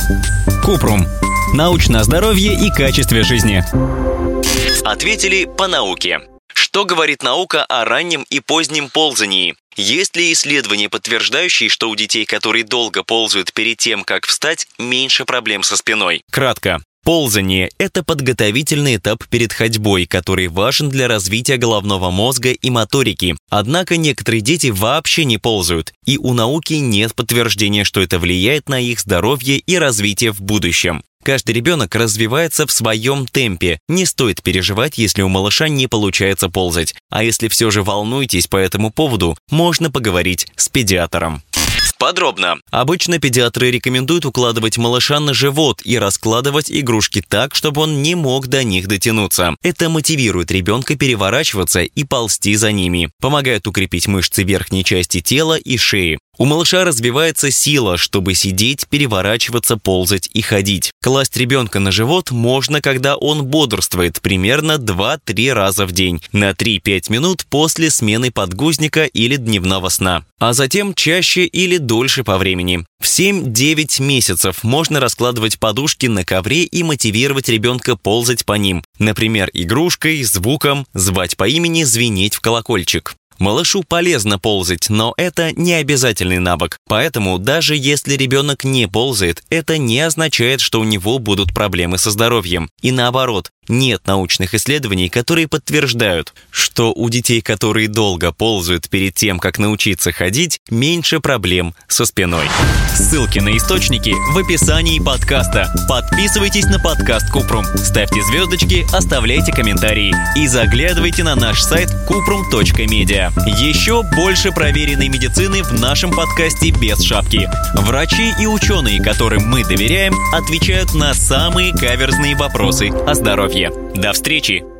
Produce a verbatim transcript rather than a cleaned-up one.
Купрум. Научное здоровье и качестве жизни. Ответили по науке. Что говорит наука о раннем и позднем ползании? Есть ли исследования, подтверждающие, что у детей, которые долго ползают перед тем, как встать, меньше проблем со спиной? Кратко. Ползание – это подготовительный этап перед ходьбой, который важен для развития головного мозга и моторики. Однако некоторые дети вообще не ползают, и у науки нет подтверждения, что это влияет на их здоровье и развитие в будущем. Каждый ребенок развивается в своем темпе. Не стоит переживать, если у малыша не получается ползать. А если все же волнуетесь по этому поводу, можно поговорить с педиатром. Подробно. Обычно педиатры рекомендуют укладывать малыша на живот и раскладывать игрушки так, чтобы он не мог до них дотянуться. Это мотивирует ребенка переворачиваться и ползти за ними. Помогает укрепить мышцы верхней части тела и шеи. У малыша развивается сила, чтобы сидеть, переворачиваться, ползать и ходить. Класть ребенка на живот можно, когда он бодрствует, примерно два-три раза в день, на три-пять минут после смены подгузника или дневного сна, а затем чаще или дольше по времени. В семь-девять месяцев можно раскладывать подушки на ковре и мотивировать ребенка ползать по ним. Например, игрушкой, звуком, звать по имени, звенеть в колокольчик. Малышу полезно ползать, но это не обязательный навык. Поэтому даже если ребенок не ползает, это не означает, что у него будут проблемы со здоровьем. И наоборот, нет научных исследований, которые подтверждают, что у детей, которые долго ползают перед тем, как научиться ходить, меньше проблем со спиной. Ссылки на источники в описании подкаста. Подписывайтесь на подкаст Купрум, ставьте звездочки, оставляйте комментарии и заглядывайте на наш сайт купрум точка медиа. Еще больше проверенной медицины в нашем подкасте без шапки. Врачи и ученые, которым мы доверяем, отвечают на самые каверзные вопросы о здоровье. До встречи!